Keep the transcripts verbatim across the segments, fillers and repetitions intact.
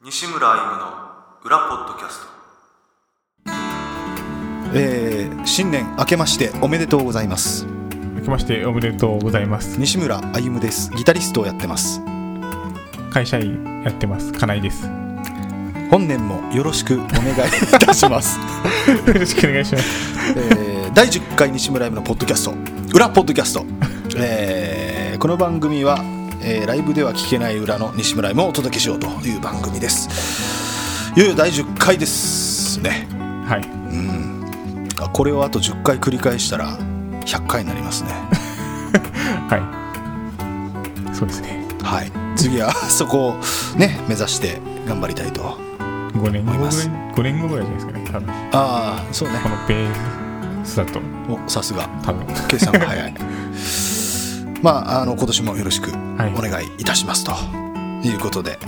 西村歩夢の裏ポッドキャスト。 えー、新年明けましておめでとうございます。 明けましておめでとうございます。 西村歩夢です。ギタリストをやってます。 会社員やってます。金井です。 本年もよろしくお願いいたしますよろしくお願いします、 えー、だいじゅっかい西村歩夢のポッドキャスト裏ポッドキャスト、えー、この番組は、えー、ライブでは聞けない裏の西村歩夢をお届けしようという番組です。いよいよだいじゅっかいですね。 はい、 うん、あこれをあとじゅっかい繰り返したらひゃっかいになりますねはいそうですね。 はい、次はそこをね目指して頑張りたいとごねんごぐらいごねんごぐらいじゃないですかね多分。 ああそうね。 このベースだとおさすが多分計算が早いまああの今年もよろしくお願いいたしますということで、はい、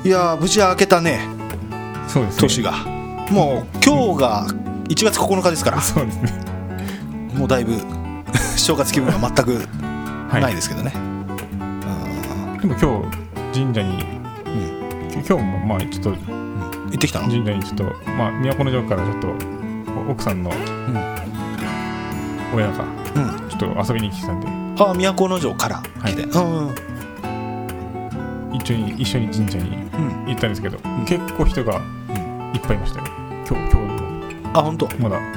いや無事明けたね。 そうですね。 年がもう今日がいちがつここのかですからそうですね。 もうだいぶ正月気分は全くないですけどね、 はい、でも今日神社に、うん、今日もまあちょっと、うん、 行ってきたの。 神社にちょっとまあ都城からちょっと奥さんの親がちょっと遊びに来てたんで、うん、 ああ都城から来て、はい、うん一緒に一緒に神社に行ったんですけど、うん、結構人がいっぱいいましたよ今日今日も。 あ本当。まだ、うん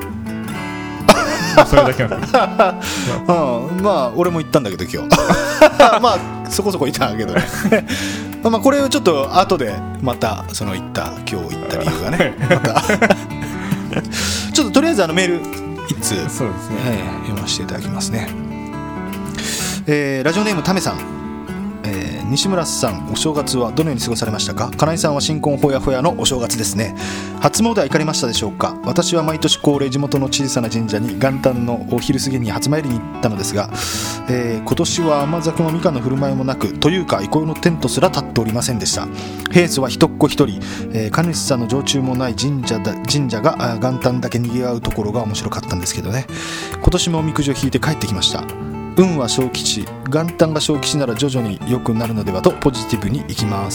それだけなんですまあ、 うん、まあ俺も行ったんだけど今日まあそこそこいたけどねまあこれをちょっと後でまたその行った今日行った理由がねまたちょっととりあえずあのメール一通、 そうですね、 はい、読ませていただきますね。えー、ラジオネームためさん、えー、西村さんお正月はどのように過ごされましたか。金井さんは新婚ほやほやのお正月ですね。初詣は行かれましたでしょうか。私は毎年恒例地元の小さな神社に元旦のお昼過ぎに初参りに行ったのですが、えー、今年は甘酒もみかんの振る舞いもなくというか憩いのテントすら立っておりませんでした。平素は一っ子一人、えー、神主さんの常駐もない神社だ神社が元旦だけ賑わうところが面白かったんですけどね。今年もおみくじを引いて帰ってきました。運は小吉、元旦が小吉なら徐々に良くなるのではとポジティブにいきます。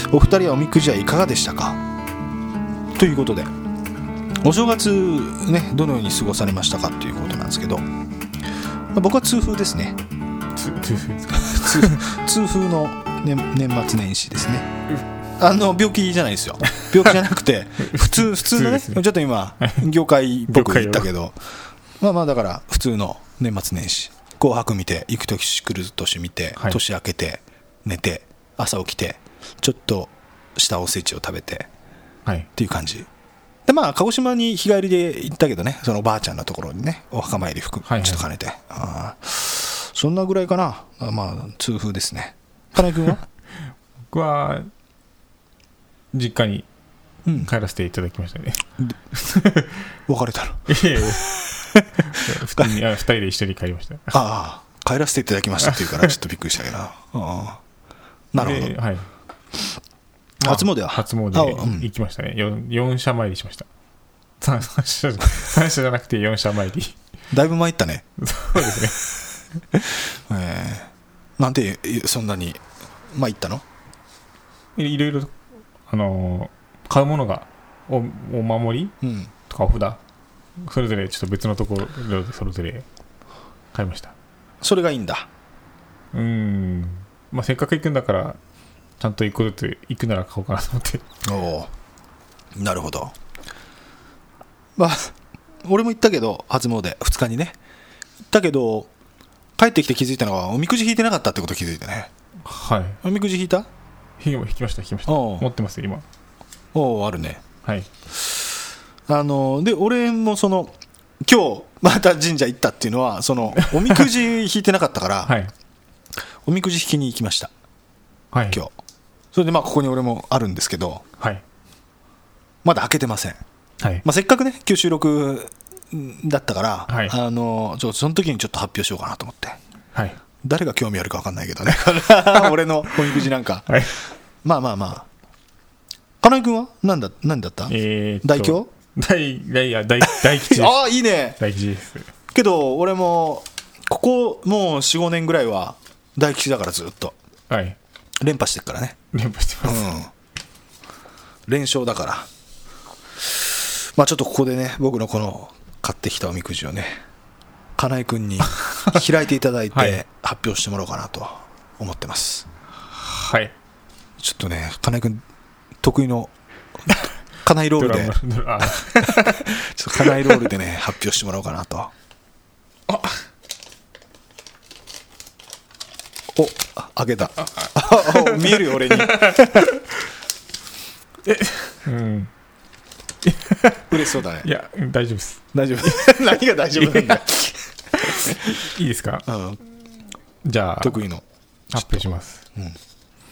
お二人はおみくじはいかがでしたかということで、お正月ねどのように過ごされましたかということなんですけど、まあ、僕は痛風ですね。 痛風ですか痛風の、ね、年末年始ですね。あの病気じゃないですよ。病気じゃなくて普通普通の ね, ねちょっと今業界っぽく言ったけどまあまあだから普通の年末年始、紅白見て行く年来る年見て、はい、年明けて寝て朝起きてちょっとしたおせちを食べて、はい、っていう感じで、まあ鹿児島に日帰りで行ったけどね、そのおばあちゃんのところにねお墓参り含むちょっと兼ねて、はいはい、あそんなぐらいかな。まあ痛風ですね。金井君は僕は実家に帰らせていただきましたね、うん、 別れたのいやいやふたり, ふたりで一緒に帰りました。 ああ帰らせていただきましたっていうからちょっとびっくりしたけどああなるほど、はい、初詣は初詣行きましたね。 4, 4社参りしました。さん社, さん社じゃなくてよん社参りだいぶ参ったね。 そうですね、 えー、なんでそんなに参ったの。 いろいろあの買うものが お, お守り、うん、とかお札それぞれちょっと別のところでそれぞれ買いました。 それがいいんだ。 うーん、まあ、せっかく行くんだからちゃんと行くずつ行くなら買おうかなと思って。 おおなるほど。まあ俺も行ったけど初詣ふつかにね行ったけど帰ってきて気づいたのはおみくじ引いてなかったってこと気づいてね。 はい。 おみくじ引いた。 引きました引きました。持ってます今。 おおあるね。 はい。 あので俺もその今日また神社行ったっていうのはそのおみくじ引いてなかったから、はい、おみくじ引きに行きました、はい、今日それでまあここに俺もあるんですけど、はい、まだ開けてません、はいまあ、せっかくね今日収録だったから、はい、あのちょその時にちょっと発表しようかなと思って、はい、誰が興味あるか分かんないけどね俺のおみくじなんか、はい、まあまあまあ金井君は何だ、何だった、えー、大凶大大大大吉ですああいいね。 大吉ですけど俺もここもう よん,ご 年ぐらいは大吉だからずっと、はい、 連覇してるからね。 連覇してます、 うん、連勝だから。まあちょっとここでね、僕のこの買ってきたおみくじをね、金井君に開いていただいて発表してもらおうかなと思ってます。 はい。 ちょっとね、金井君得意の金井ロールでちょっと金井ロールでね発表してもらおうかなと。あお、開けた。見えるよ俺に。 え、うん。 嬉しそうだね。 いや、大丈夫です。 大丈夫。何が大丈夫なんだ。 いいですか、 うん、 じゃあ得意の発表します、うん、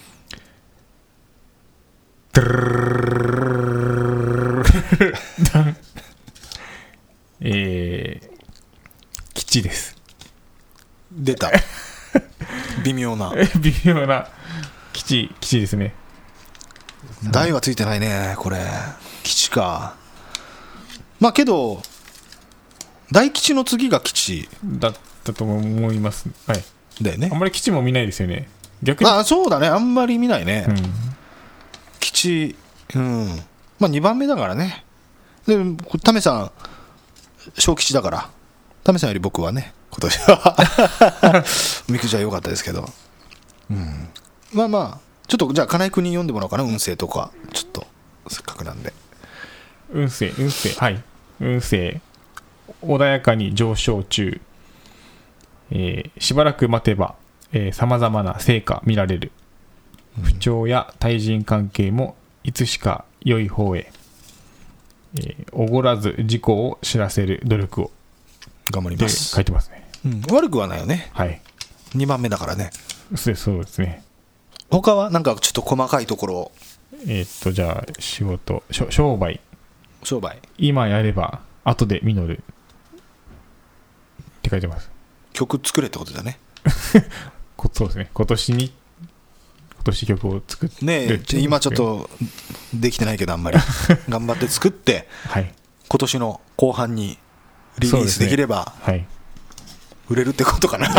えー、基地です。 出た。微妙な微妙な基地、基地ですね。 台はついてないねこれ。基地か。まあけど大吉の次が基地だったと思います、はい、 だよね。 あんまり基地も見ないですよね逆に。 あ、そうだね、あんまり見ないね、 うん、 基地、うん、まあにばんめだからね。でタメさん小吉だから、タメさんより僕はね今年はおみくじは良かったですけど、うん、まあまあちょっとじゃあ金井君に読んでもらおうかな、運勢とか。ちょっとせっかくなんで。 運勢、運勢、はい運勢穏やかに上昇中、えー、しばらく待てばさまざまな成果見られる。不調や対人関係もいつしか良い方へ、えー、おごらず自己を知らせる努力を頑張ります。 書いてますね、 うん、悪くはないよね。 はい、 にばんめだからね。 そうですね。 他はなんかちょっと細かいところ。 えー、っとじゃあ仕事、商売、 商売今やれば後で実るって書いてます。 曲作れってことだね。 そうですね。今年に今年曲を作ってねえ、今ちょっとできてないけどあんまり頑張って作って、はい、今年の後半にリリースできれば、ね、はい、売れるってことかな。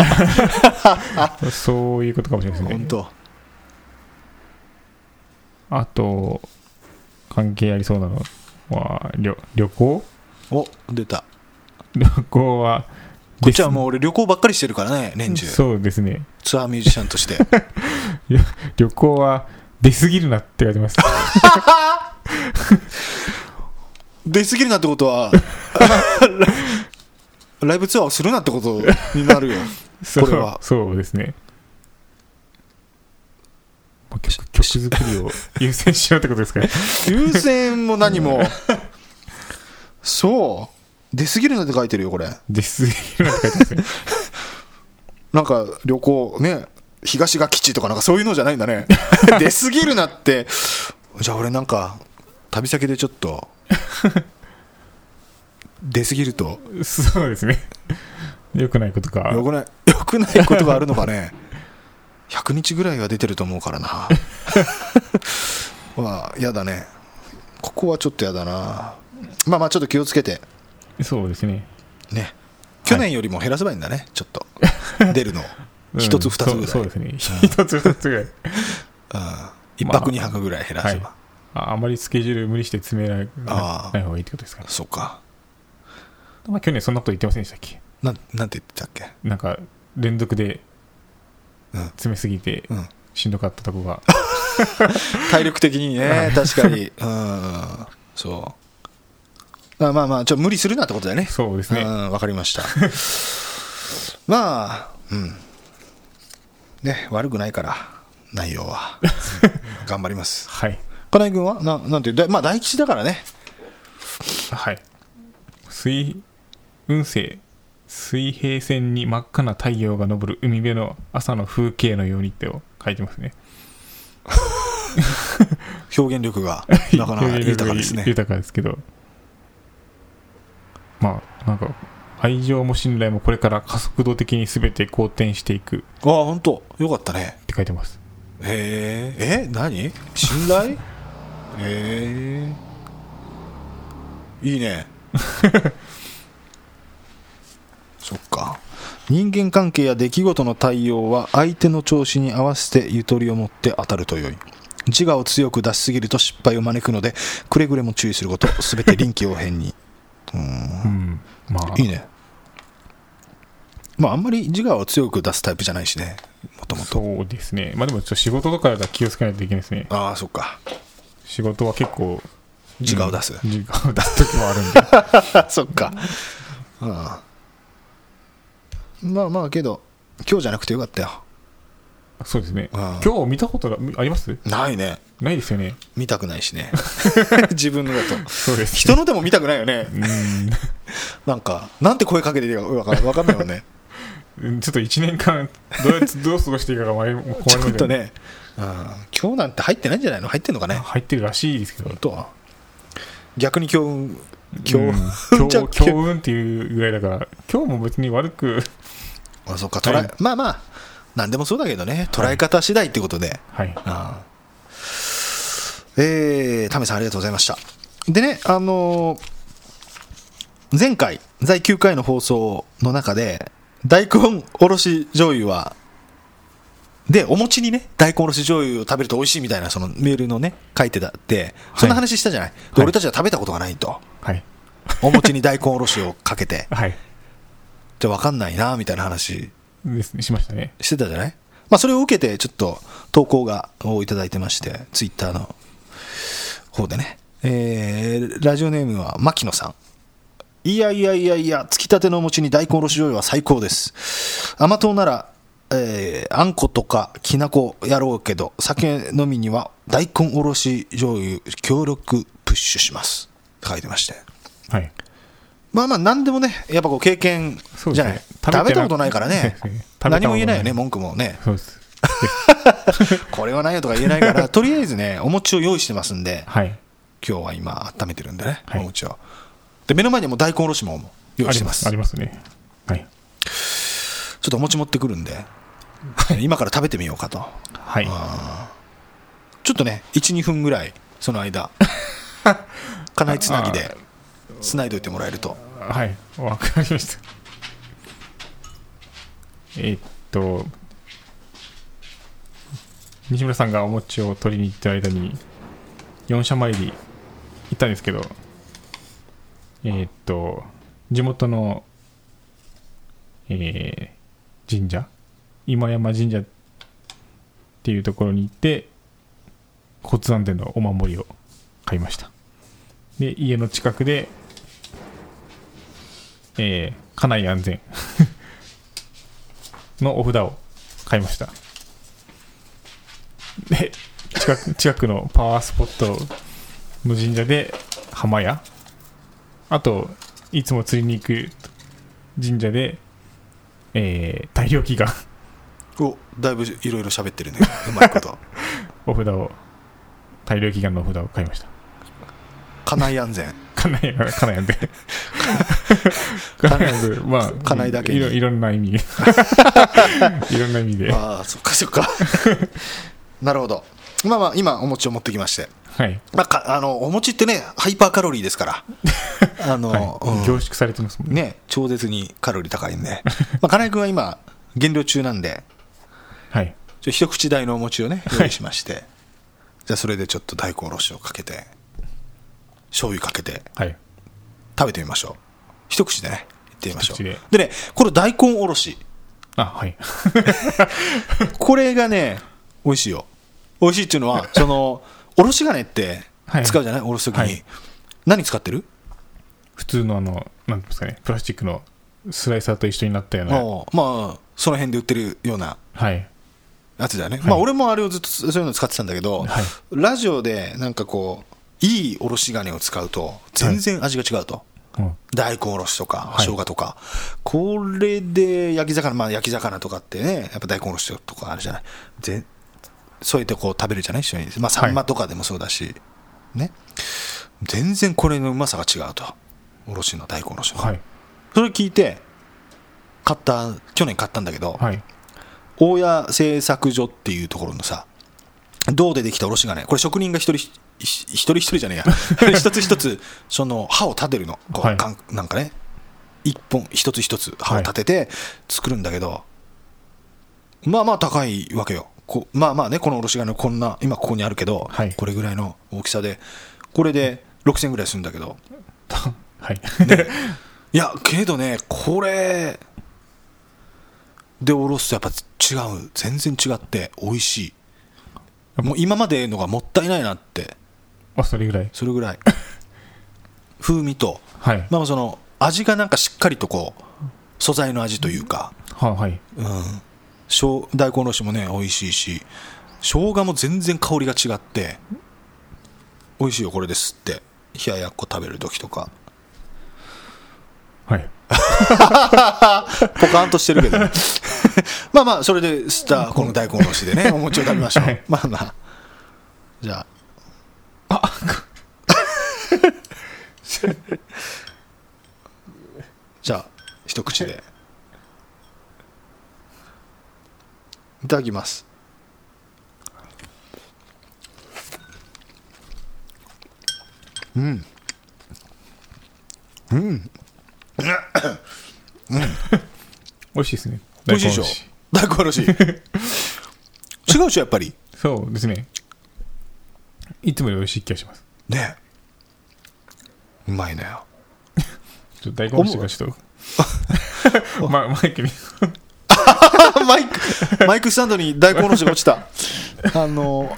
そういうことかもしれないですね。 本当。 あと関係ありそうなのは旅、旅行。 お、出た。 旅行はこっちはもう俺旅行ばっかりしてるからね、年中。 そうですね。 ツアーミュージシャンとして。 旅行は出過ぎるなって書いてます。 出過ぎるなってことはライブツアーをするなってことになるよ。これは。 そうですね。曲, 曲作りを優先しようってことですかね。 優先も何も。そう出過ぎるなって書いてるよこれ。 出過ぎるなって書いてますね。 なんか旅行ね、東が基地とかなんかそういうのじゃないんだね。出過ぎるなって。じゃあ俺なんか旅先でちょっと出過ぎると。 そうですね。よくないことか。 よくないよくないことがあるのかね。ひゃくにちぐらいは出てると思うからな。まあやだね、ここはちょっとやだな。まあまあちょっと気をつけて。 そうですね。 ね、去年よりも減らせばいいんだね、はい、ちょっと出るの一つ二つぐらい、 そうですね、一つ二つぐらい、 一泊二泊ぐらい減らせば、 まあはい、あ, あまりスケジュール無理して詰めないない方がいいってことですかね。 そうか、 まあ、去年そんなこと言ってませんでしたっけ。 な, なんて言ってたっけ。なんか連続で詰めすぎてしんどかったとこが、 うん、体力的にね。確かに、うん、そう。まあまあちょっと無理するなってことだよね。 そうですね。 わかりました。まあうんね、悪くないから内容は頑張ります。 はい。 金井君はななんていう、まあ大吉だからね。 はい。水運勢、水平線に真っ赤な太陽が昇る海辺の朝の風景のようにってを書いてますね。 表現力がなかなか豊かですね。 豊かですけど、まあなんか愛情も信頼もこれから加速度的に全て好転していく。 ああ本当よかったねって書いてます。 へえ、え何信頼。へえ、いいね。そっか。 人間関係や出来事の対応は相手の調子に合わせてゆとりを持って当たるとよい。自我を強く出しすぎると失敗を招くのでくれぐれも注意すること。すべて臨機応変に。うーん、うん、まあいいね。まああんまり自我を強く出すタイプじゃないしね、もともと。そうですね。まあでもちょっと仕事とかだったら気をつけないといけないですね。ああ、そっか。仕事は結構自我を出す、うん、自我を出す時もあるんでそっか、うん、まあまあけど今日じゃなくてよかったよ。そうですね、うん、今日見たことがあります？ないね。ないですよね。見たくないしね自分のだと。そうです、ね、人のでも見たくないよね。うんなんかなんて声かけていいか分かん、分かんないよねちょっといちねんかんどうやってどう過ごしていいかが困りまちょっとね、うん、今日なんて入ってないんじゃないの？入ってんのかね。入ってるらしいですけど。本当は逆に強運強運、うん、強, 強運っていうぐらいだから今日も別に悪くあ、そうか、捉え、はい、まあまあ何でもそうだけどね、捉え方次第ってことで、はい、あえー、タメさんありがとうございました。でね、あのー、前回だいきゅうかいの放送の中で大根おろし醤油はでお餅にね大根おろし醤油を食べると美味しいみたいなそのメールのね書いてたってそんな話したじゃない、はい、で俺たちは食べたことがないと、はい、お餅に大根おろしをかけて、はい、じゃあ分かんないなみたいな話ですね、しましたね、してたじゃない。まあそれを受けてちょっと投稿がをいただいてましてツイッターの方でね、えー、ラジオネームは牧野さん。いやいやいやいや、つきたてのお餅に大根おろし醤油は最高です。甘党なら、えー、あんことかきなこやろうけど酒飲みには大根おろし醤油強力プッシュします書いてまして、はい、まあまあ何でもねやっぱこう経験じゃない、ね、食べたことないからね何も言えないよね、文句もね。そうですこれはないよとか言えないからとりあえずねお餅を用意してますんで、はい、今日は今温めてるんでね、はい、お餅をで目の前にも大根おろしも用意してます。ありますね、はい、ちょっとお餅持ってくるんで今から食べてみようかと、はい、あちょっとね いちにふんぐらいその間家内つなぎでつないどいてもらえると。はい、わかりました。えー、っと西村さんがお餅を取りに行ってる間によん社参り行ったんですけど、えー、っと地元の、えー、神社今山神社っていうところに行って骨安でのお守りを買いました。で家の近くで、えー、家内安全のお札を買いました。で 近く、近くのパワースポットの神社で浜屋、あといつも釣りに行く神社で、えー、大漁祈願おだいぶいろいろ喋ってるねうまいことお札を大量祈願のお札を買いました。家内安全家内家内安全家内安全まあ家内だけにい ろ, いろんな意味いろんな意味でああそっかそっかなるほど。まあまあ今お餅を持ってきまして、はい、まあ、かあのお餅ってねハイパーカロリーですからあの、はい、うん、凝縮されてますもん ね, ね超絶にカロリー高いんでまあ金井君は今減量中なんで、はい、ちょ一口大のお餅をね用意しまして、はい、じゃあそれでちょっと大根おろしをかけて醤油かけて、はい、食べてみましょう。一口でねいってみましょう。 で, でねこれ大根おろし、あ、はいこれがね美味しいよ。美味しいっていうのはそのおろし金って使うじゃない、はい、おろすときに、はい、何使ってる？普通のあのなんですかね、プラスチックのスライサーと一緒になったような、まあその辺で売ってるようなやつだよね、はい、まあ俺もあれをずっとそういうの使ってたんだけど、はい、ラジオでなんかこういいおろし金を使うと全然味が違うと、はい、大根おろしとか生姜とか、はい、これで焼き魚、まあ焼き魚とかってねやっぱ大根おろしとかあるじゃない、ぜそうやってこう食べるじゃない一緒に、まあサンマとかでもそうだし、はい、ね、全然これのうまさが違うと、おろしの大根おろしの、はい、それ聞いて買った去年買ったんだけど、はい、大谷製作所っていうところのさ銅でできたおろし金、これ職人が一人一人一人じゃねえや一つ一つその刃を立てるのこう、はい、なんかね一本一つ一つ刃を立てて作るんだけど、はい、まあまあ高いわけよ。こまあまあね、このおろし金のこんな今ここにあるけど、はい、これぐらいの大きさでこれでろくせんえんぐらいするんだけどはい、 ね、いやけどねこれでおろすとやっぱ違う、全然違って美味しい。もう今までのがもったいないなって。 あ、それぐらいそれぐらい風味と、 はい、 まあその味がなんかしっかりとこう素材の味というか、 ははい、 うん、大根おろしもね美味しいし、生姜も全然香りが違って美味しいよこれですって。冷ややっこ食べる時とか、 はいポカンとしてるけど、ね、まあまあそれでスターこの大根おろしでねお餅を食べましょう、はい、まあまあじゃああじゃあ一口でいただきます。うんうんうん美味しいですね。 美味しいでしょ大根おろし違うでしょやっぱり。 そうですね、いつもより美味しい気がしますね。うまいのよちょっと大根おろしがちょっとま、マイクにマイクマイクスタンドに大根おろしが落ちたあの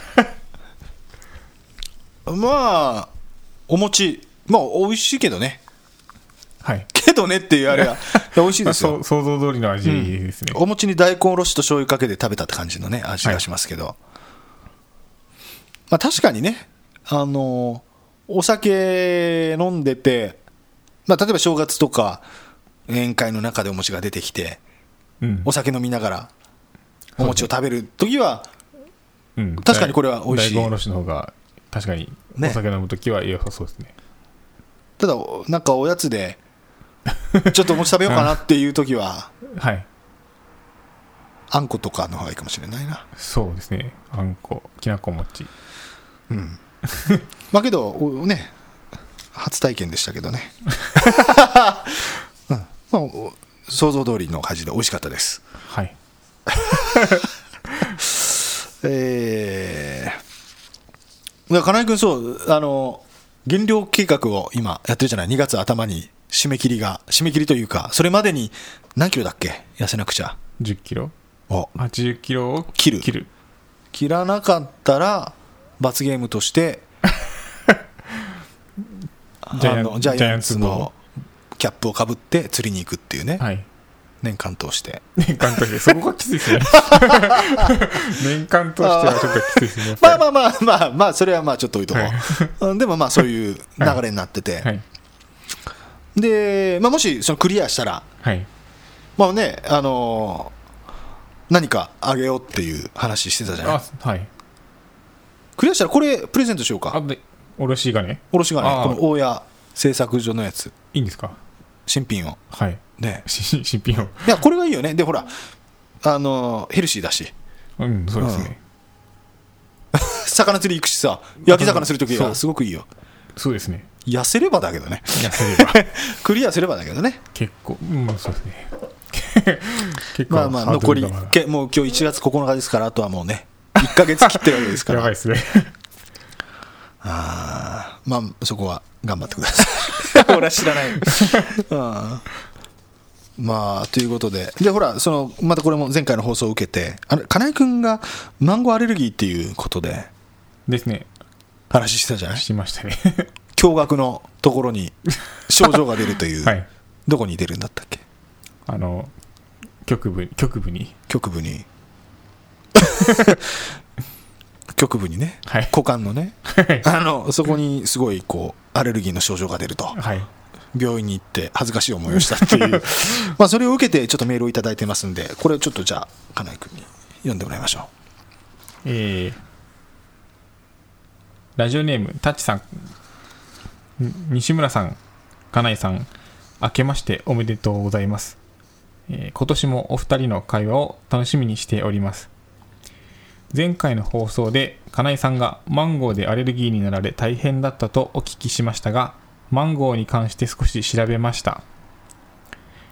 まあお餅まあ美味しいけどね、 はい、 けどねっていうあれは美味しいですよ想像通りの味ですね、 うん、お餅に大根おろしと醤油かけて食べたって感じのね味がしますけど、はい、まあ確かにね、あのお酒飲んでて、まあ、例えば正月とか宴会の中でお餅が出てきて、うん、お酒飲みながらお餅を食べるときは、うん、確かにこれは美味しい。 大根おろしの方が確かにお酒飲むときは良さそうですね。 ただなんかおやつでちょっとお餅食べようかなっていうときは、 はい、 あんことかの方がいいかもしれないな。 そうですね、あんこきなこ餅、 うんまあけどね初体験でしたけどね、うんまあ、想像通りの味で美味しかったです。 はいえー、金井君そうあの減量計画を今やってるじゃない。にがつ頭に締め切りが締め切りというかそれまでに何キロだっけ痩せなくちゃ。 じゅっキロおはちじゅっキロを切る切る切らなかったら罰ゲームとしてジャイアンあのジャイアンツのキャップをかぶって釣りに行くっていうね、 はい、 年間通して年間通してそこがきついですね年間通してはちょっときついですねまあまあまあまあまあそれはまあちょっと置いとこう、はい、でもまあそういう流れになってて、はいはい、で、まあ、もしそのクリアしたら、はい、まあねあのー、何かあげようっていう話してたじゃない。あ、はい、クリアしたらこれプレゼントしようか。 あでおろし金おろし金この大谷製作所のやついいんですか。 新品を、 はいね、 新品をいやこれがいいよね。でほらあのヘルシーだし、 うんそうですね、 うん、魚釣り行くしさ焼き魚するときはすごくいいよ。 そうですね、 痩せればだけどね痩せればクリアすればだけどね結構、うん、そうですね結構まあまあ残りけもう今日いちがつここのかですからあとはもうねいっかげつ切ってるわけですからやばいですねあまあそこは頑張ってください俺は知らないあまあということででほらそのまたこれも前回の放送を受けてあれ金井君がマンゴーアレルギーっていうことでですね話してたじゃない。 しましたね驚愕のところに症状が出るという、はい、どこに出るんだったっけ。 あの局部局部に局部に局部にね、はい、股間のねあのそこにすごいこうアレルギーの症状が出ると、はい、病院に行って恥ずかしい思いをしたっていうまあそれを受けてちょっとメールをいただいてますんでこれをちょっとじゃあ金井君に読んでもらいましょう。 えー、ラジオネームタッチさん、西村さん、金井さん、明けましておめでとうございます。えー、今年もお二人の会話を楽しみにしております。前回の放送で金井さんがマンゴーでアレルギーになられ大変だったとお聞きしましたが、マンゴーに関して少し調べました。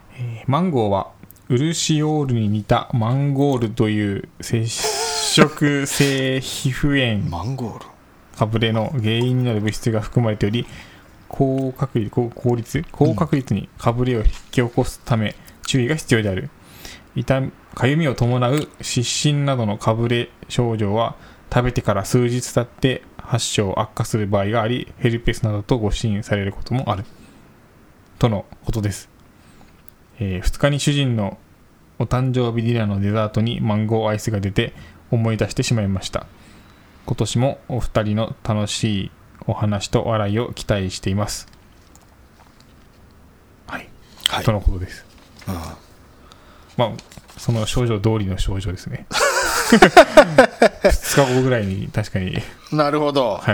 えーマンゴーはウルシオールに似たマンゴールという接触性皮膚炎マンゴールかぶれの原因になる物質が含まれており、高確率高効率高確率にかぶれを引き起こすため注意が必要である。痛みかゆみを伴う湿疹などのかぶれ症状は食べてから数日経って発症悪化する場合があり、ヘルペスなどと誤診されることもあるとのことです。えー、ふつかに主人のお誕生日ディナーのデザートにマンゴーアイスが出て思い出してしまいました。今年もお二人の楽しいお話と笑いを期待しています。はい、 はい、 とのことです。 うん、 まあその症状通りの症状ですね。ふつかごぐらいに確かに。 なるほど。 はい。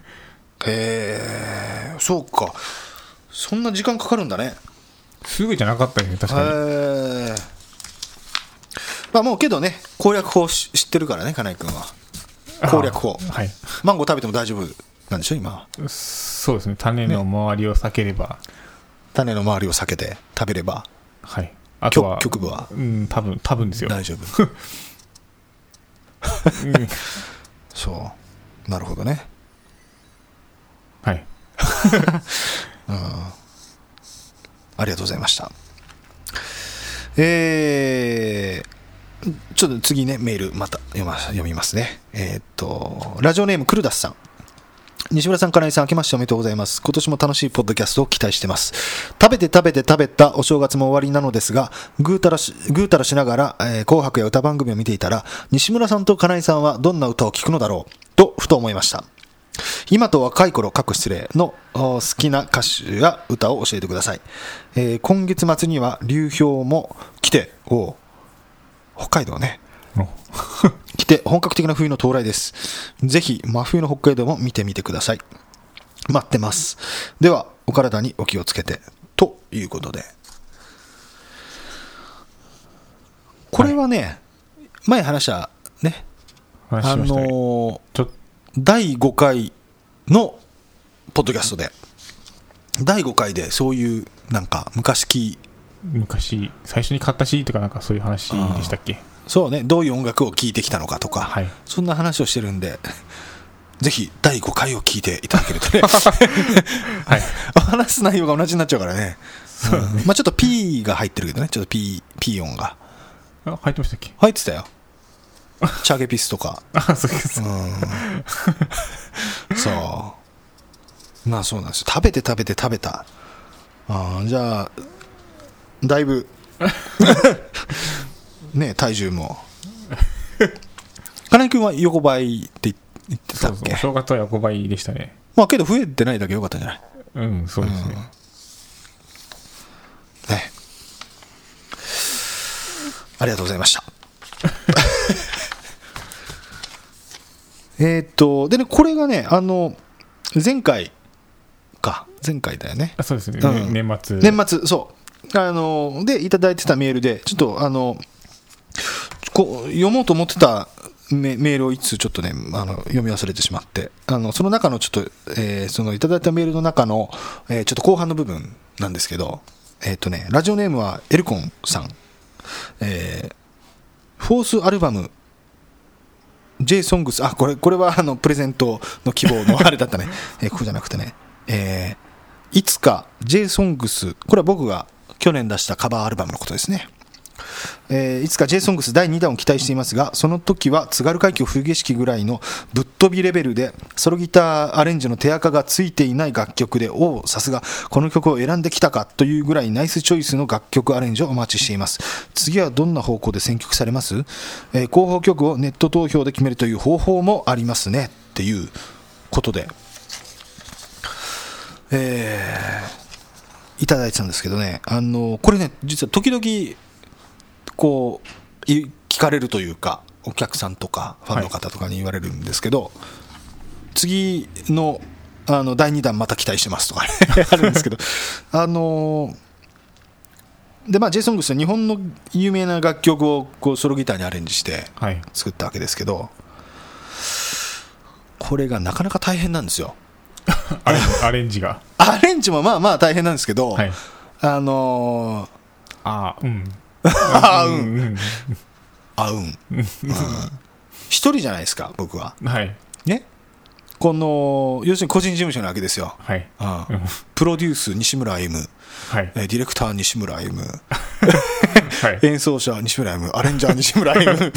えー、そうか。そんな時間かかるんだね。 すぐじゃなかったよね、確かに。 えー、まあもうけどね、攻略法知ってるからね、金井君は。攻略法。 はい。 マンゴー食べても大丈夫なんでしょ今。 そうですね。種の周りを避ければ、ね、 種の周りを避けて食べれば。 はい。あとは局部は、 うん、多分多分ですよ。 大丈夫。うん、そうなるほどね。 はい。 うん、ありがとうございました。えー、ちょっと次ねメールまた読, ま読みますね。えー、っとラジオネームクルダスさん、西村さん、金井さん、明けましておめでとうございます。今年も楽しいポッドキャストを期待してます。食べて食べて食べたお正月も終わりなのですが、ぐうたら し, ぐうたらしながら、えー、紅白や歌番組を見ていたら、西村さんと金井さんはどんな歌を聴くのだろうとふと思いました。今と若い頃、各失礼の好きな歌手や歌を教えてください。えー、今月末には流氷も来て、お北海道ね来て本格的な冬の到来です。ぜひ真冬の北海道も見てみてください。待ってます。ではお体にお気をつけてということで、これはね、はい、前話したね、 話しましたね。 あのー、だいごかいのポッドキャストでだいごかいでそういうなんか昔き昔最初に買った シーディー とかなんかそういう話でしたっけ。 そうね、どういう音楽を聴いてきたのかとか、 はい、 そんな話をしてるんで、ぜひだいごかいを聞いていただけるとね、はい、話す内容が同じになっちゃうからね。そうね、うん、まあちょっと P が入ってるけどね、ちょっと P, P 音があ入ってましたっけ。 入ってたよ。チャゲピスとか。 あ、そうです。うん、 そう。まあそうなんですよ。食べて食べて食べた。あ、じゃあだいぶね、体重も金井君は横ばいって言ってたっけ。 そうそう、お正月は横ばいでしたね。 まあけど増えてないだけ良かったんじゃない。 うん、そうですね、 うん、ね、ありがとうございました。えっとでね、これがね、あの前回か前回だよね。 あ、そうですね、 うん、 年末年末そうあのでいただいてたメールで、ちょっとあのこう読もうと思ってたメ, メールをいつちょっとね、あの読み忘れてしまって、あのその中のちょっと、えー、そのいただいたメールの中の、えー、ちょっと後半の部分なんですけど、えっとね、ラジオネームはエルコンさん、えー、フォースアルバム J ソングス、あ、これこれはあのプレゼントの希望のあれだったね、えー、ここじゃなくてね、えー、いつか J ソングス、これは僕が去年出したカバーアルバムのことですね。えー、いつか J ソングスだいにだんを期待していますが、その時は津軽海峡冬景色ぐらいのぶっ飛びレベルでソロギターアレンジの手垢がついていない楽曲で、おお、さすがこの曲を選んできたかというぐらいナイスチョイスの楽曲アレンジをお待ちしています。次はどんな方向で選曲されます？えー、候補曲をネット投票で決めるという方法もありますねっていうことで、えー、いただいてたんですけどね、あのこれね、実は時々こう聞かれるというか、お客さんとかファンの方とかに言われるんですけど、はい、次 の, あのだいにだんまた期待してますとかあるんですけどあので、まあ、J ソングスは日本の有名な楽曲をこうソロギターにアレンジして作ったわけですけど、はい、これがなかなか大変なんですよアレン、アレンジがアレンジもまあまあ大変なんですけど、はい、あのあーうんあうんうんあうん一人じゃないですか僕ははいね。この要するに個人事務所なわけですよ、 はいうんうんプロデュース西村歩、 はいえーディレクター西村歩、 はい演奏者西村歩、アレンジャー西村歩ね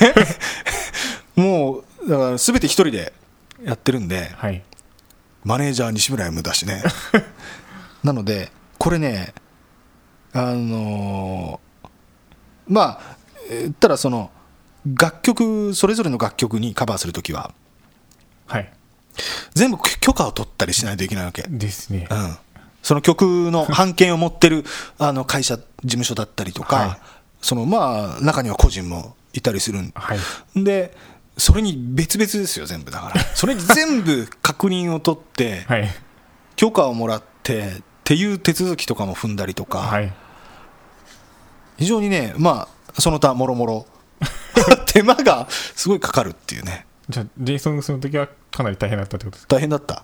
もうだから全て一人でやってるんで、 はいマネージャー西村歩だしねなのでこれねあのー、まあ言ったらその楽曲それぞれの楽曲にカバーするときははい全部許可を取ったりしないといけないわけ、 ですねうん、その曲の版権を持ってるあの会社事務所だったりとか、 はいそのまあ中には個人もいたりするんはいで、それに別々ですよ全部だからそれに全部確認を取ってはい許可をもらってっていう手続きとかも踏んだりとか、 はい非常にねまあその他もろもろ手間がすごいかかるっていうね。 じゃあ JSONGS の時はかなり大変だったってことですか、 大変だった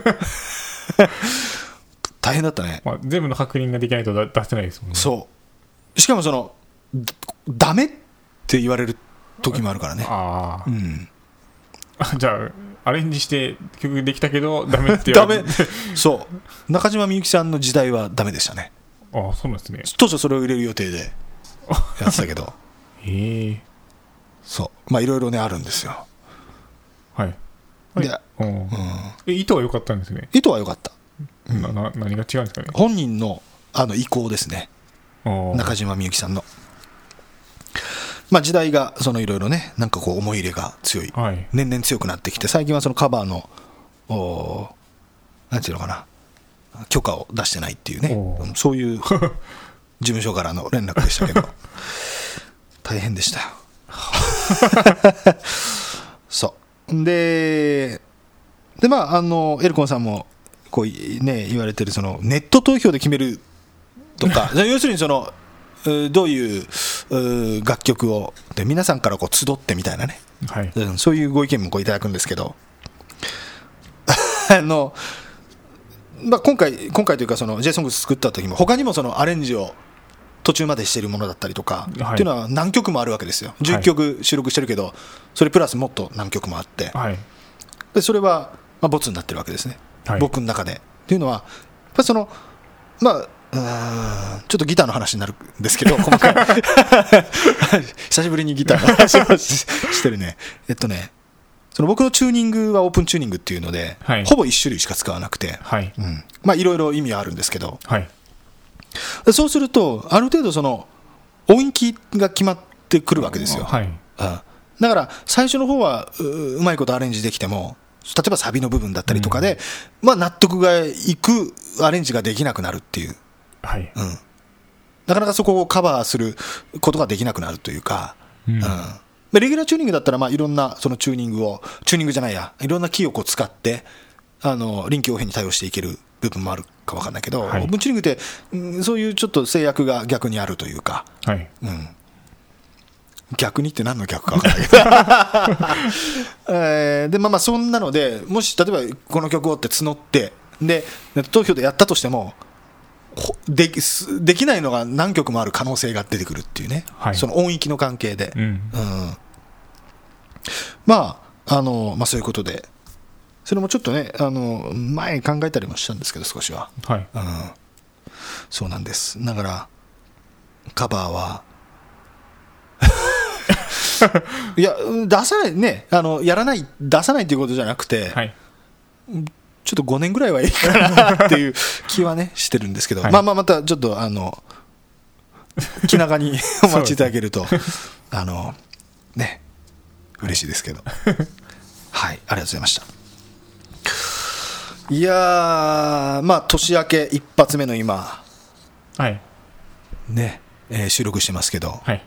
大変だったね、 まあ、全部の確認ができないとだ出せないですもんね。 そうしかもそのダメって言われる時もあるからね。 あ、 うん、 あじゃあアレンジして曲できたけどダメって言われてダメそう中島みゆきさんの時代はダメでしたね。 ああそうなんですね。 当初それを入れる予定でやってたけどへえそうまあいろいろねあるんですよ。 はいで、 うんうん、 え意図は良かったんですね。 意図は良かった、 なな何が違うんですかね。 本人のあの意向ですねあー中島みゆきさんの、まあ、時代がそのいろいろねなんかこう思い入れが強い、 はい年々強くなってきて最近はそのカバーのおなんていうのかな許可を出してないっていうね、 おうんそういう事務所からの連絡でしたけど大変でしたよそうででまああのエルコンさんもこうね言われてるそのネット投票で決めるとか要するにそのどういう楽曲をで皆さんからこう集ってみたいなね、 はいうん、そういうご意見もこういただくんですけどあの、まあ、今回今回というかその JSONGS 作った時も他にもそのアレンジを途中までしているものだったりとか、 はい、 っていうのは何曲もあるわけですよ。じゅっきょく収録してるけど、それプラスもっと何曲もあって、 はい、 でそれはまあボツになってるわけですね、はい、僕の中で。っていうのはやっぱりそのまあちょっとギターの話になるんですけど細かい久しぶりにギターの話をしてるね。えっとねその僕のチューニングはオープンチューニングっていうので、はい、ほぼいち種類しか使わなくて、はいうん、まあいろいろ意味はあるんですけど、はい、そうするとある程度その音域が決まってくるわけですよ、はい、うん、だから最初の方は う, うまいことアレンジできても例えばサビの部分だったりとかで、うんまあ、納得がいくアレンジができなくなるっていう、はいうん、なかなかそこをカバーすることができなくなるというか、うんうんレギュラーチューニングだったらまあいろんなそのチューニングをチューニングじゃないやいろんなキーをこう使ってあの臨機応変に対応していける部分もあるか分かんないけど、はい、オープンチューニングって、うん、そういうちょっと制約が逆にあるというか、はいうん、逆にって何の逆か分かんないけど、えー、でまあまあそんなのでもし例えばこの曲をって募ってで投票でやったとしてもで き, できないのが何曲もある可能性が出てくるっていうね、はい、その音域の関係で、うんうん、まああの、まあ、そういうことでそれもちょっとねあの前考えたりもしたんですけど少しは、はいうん、そうなんです。だからカバーはいや出さないねあのやらない出さないっていうことじゃなくて、はいちょっとごねんぐらいはいいかなっていう気はねしてるんですけど、はい、まあまあまたちょっとあの気長にお待ちいただけるとあのね嬉しいですけどはいありがとうございました。いやーまあ年明け一発目の今はいね、えー、収録してますけど、はい、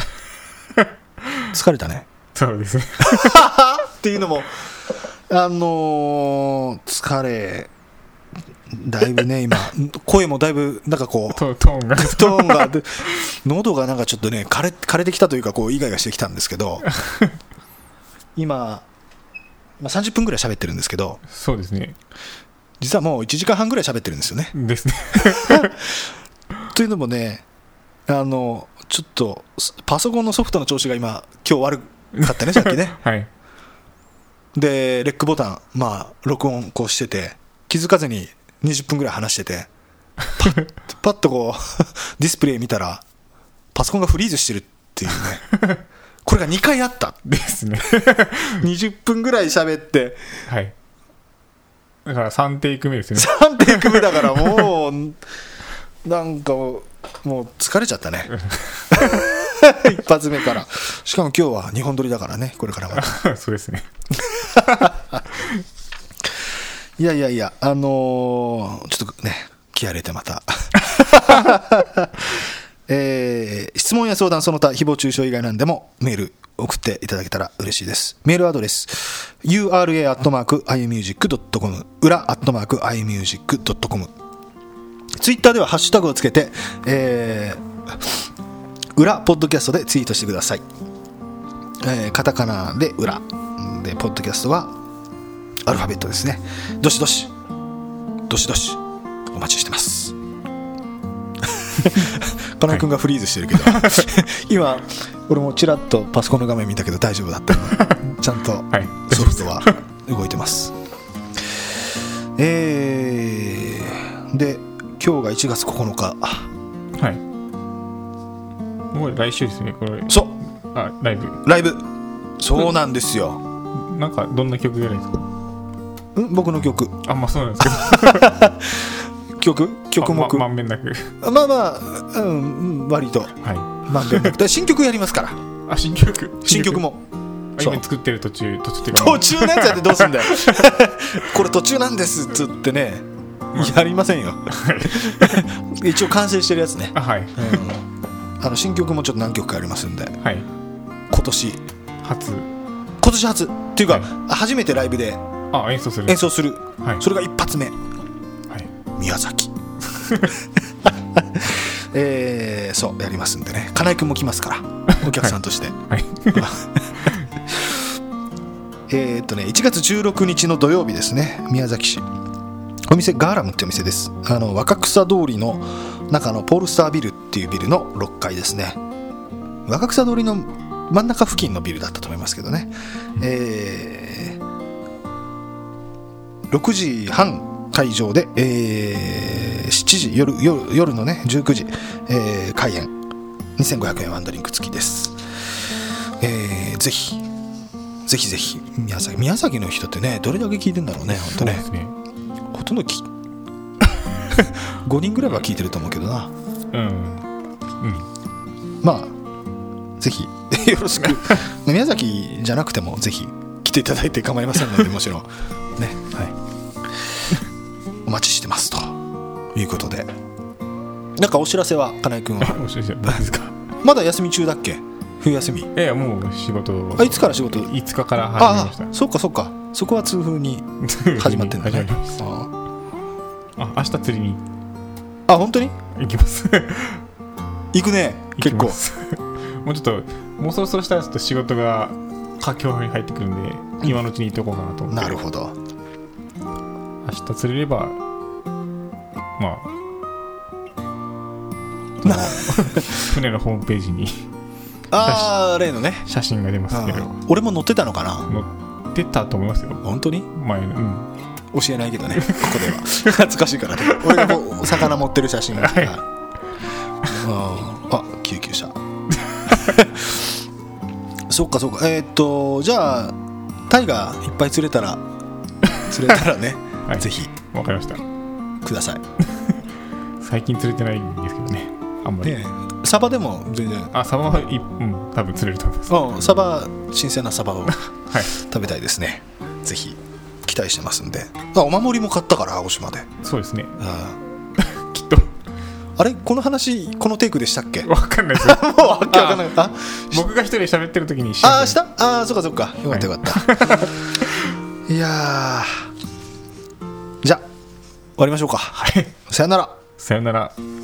疲れたね。 そうですねっていうのもあのー、疲れだいぶね今声もだいぶなんかこうトーンがトーンが喉がなんかちょっとね枯れ枯れてきたというかこうイガイガしてきたんですけど今、まあ、さんじゅっぷんぐらい喋ってるんですけどそうですね実はもういちじかんはんぐらい喋ってるんですよね。 ですねというのもねあのちょっとパソコンのソフトの調子が今今日悪かったねさっきねはいでレックボタンまあ録音こうしてて気づかずににじゅっぷんぐらい話しててパッパッとこうディスプレイ見たらパソコンがフリーズしてるっていうねこれがにかいあったですねにじゅっぷんぐらい喋ってはいだからさんテイク目ですよねさんテイク目だからもうなんかもう疲れちゃったね一発目からしかも今日はにほん撮りだからねこれからまたそうですねいやいやいやあのー、ちょっとね気合入れてまたえー、質問や相談その他誹謗中傷以外なんでもメール送っていただけたら嬉しいです。メールアドレス ユーアールエー アットマーク アイミュージック ドットコム 裏 アットマーク アイミュージック ドットコム ツイッターではハッシュタグをつけて、えー、裏ポッドキャストでツイートしてください。えー、カタカナで裏でポッドキャストはアルファベットですね。どしどしどしどしお待ちしてます金井君がフリーズしてるけど、はい、今俺もちらっとパソコンの画面見たけど大丈夫だったちゃんとソフトは動いてます、はい、えー、で今日がいちがつここのかはいもう来週ですねこれそうあライブライブそうなんですよ、 うん、なんかどんな曲やるんですかん僕の曲あまあそうなんですけど曲曲目まんべんなくまあまあ、うん、割とまんべんなくだ新曲やりますからあ新曲新曲も今作ってる途中途中っていうか途中のやつやってどうすんだよこれ途中なんですっつってねやりませんよ一応完成してるやつねあはい、うん、 あの新曲もちょっと何曲かありますんで、 はい、 今年初今年初っていうか、はい、初めてライブであ演奏する演奏する、 はい、 それが一発目、はい、宮崎えー、そうやりますんでね金井君も来ますからお客さんとして、はいはい、えっとねいちがつじゅうろくにちの土曜日ですね宮崎市お店ガーラムってお店ですあの若草通りの中のポールスタービルっていうビルのろっかいですね若草通りの真ん中付近のビルだったと思いますけどね、うんえー、ろくじはん会場で、えー、しちじ 夜, 夜, 夜のねじゅうくじ、えー、開演にせんごひゃくえんワンドリンク付きです、えー、ぜひぜひぜひ宮崎宮崎の人ってねどれだけ聞いてんだろうね本当ねそうですねほとんどきごにんぐらいは聞いてると思うけどなうん、うん、 まあぜひよろしく宮崎じゃなくてもぜひ来ていただいて構いませんのでもちろんねはいお待ちしてますということでなんかお知らせは金井君はお知らせ何ですかまだ休み中だっけ冬休みいやもう仕事あいつから仕事いつかから始めましたああそっかそっかそこは痛風に始まってんだねああ明日釣りにあ本当に行きます行くね結構もうちょっともうそろそろしたらちょっと仕事が佳境に入ってくるんで、うん、今のうちに行っとこうかなと思ってなるほど明日釣れればまあ船のホームページにああ例のね写真が出ますけど俺も載ってたのかな載ってたと思いますよ本当に前の、うん、 教えないけどねここでは恥ずかしいからね俺がこう魚持ってる写真が、はい、あ救急車そっかそっかえー、っとじゃあタイがいっぱい釣れたら釣れたらね、はい、ぜひわかりましたください最近釣れてないんですけどねあんまり、ね、 サバでも全然あサバは、うん、多分釣れると思います、 うん、サバ新鮮なサバを、はい、食べたいですねぜひ期待してますんであお守りも買ったから青島でそうですねきっとあれこの話このテイクでしたっけわかんないですよもうわけわかんないあ僕が一人で喋ってる時にああしたああそっかそっかよかったよかった、はい、いやじゃあ終わりましょうかはいさよならさよなら。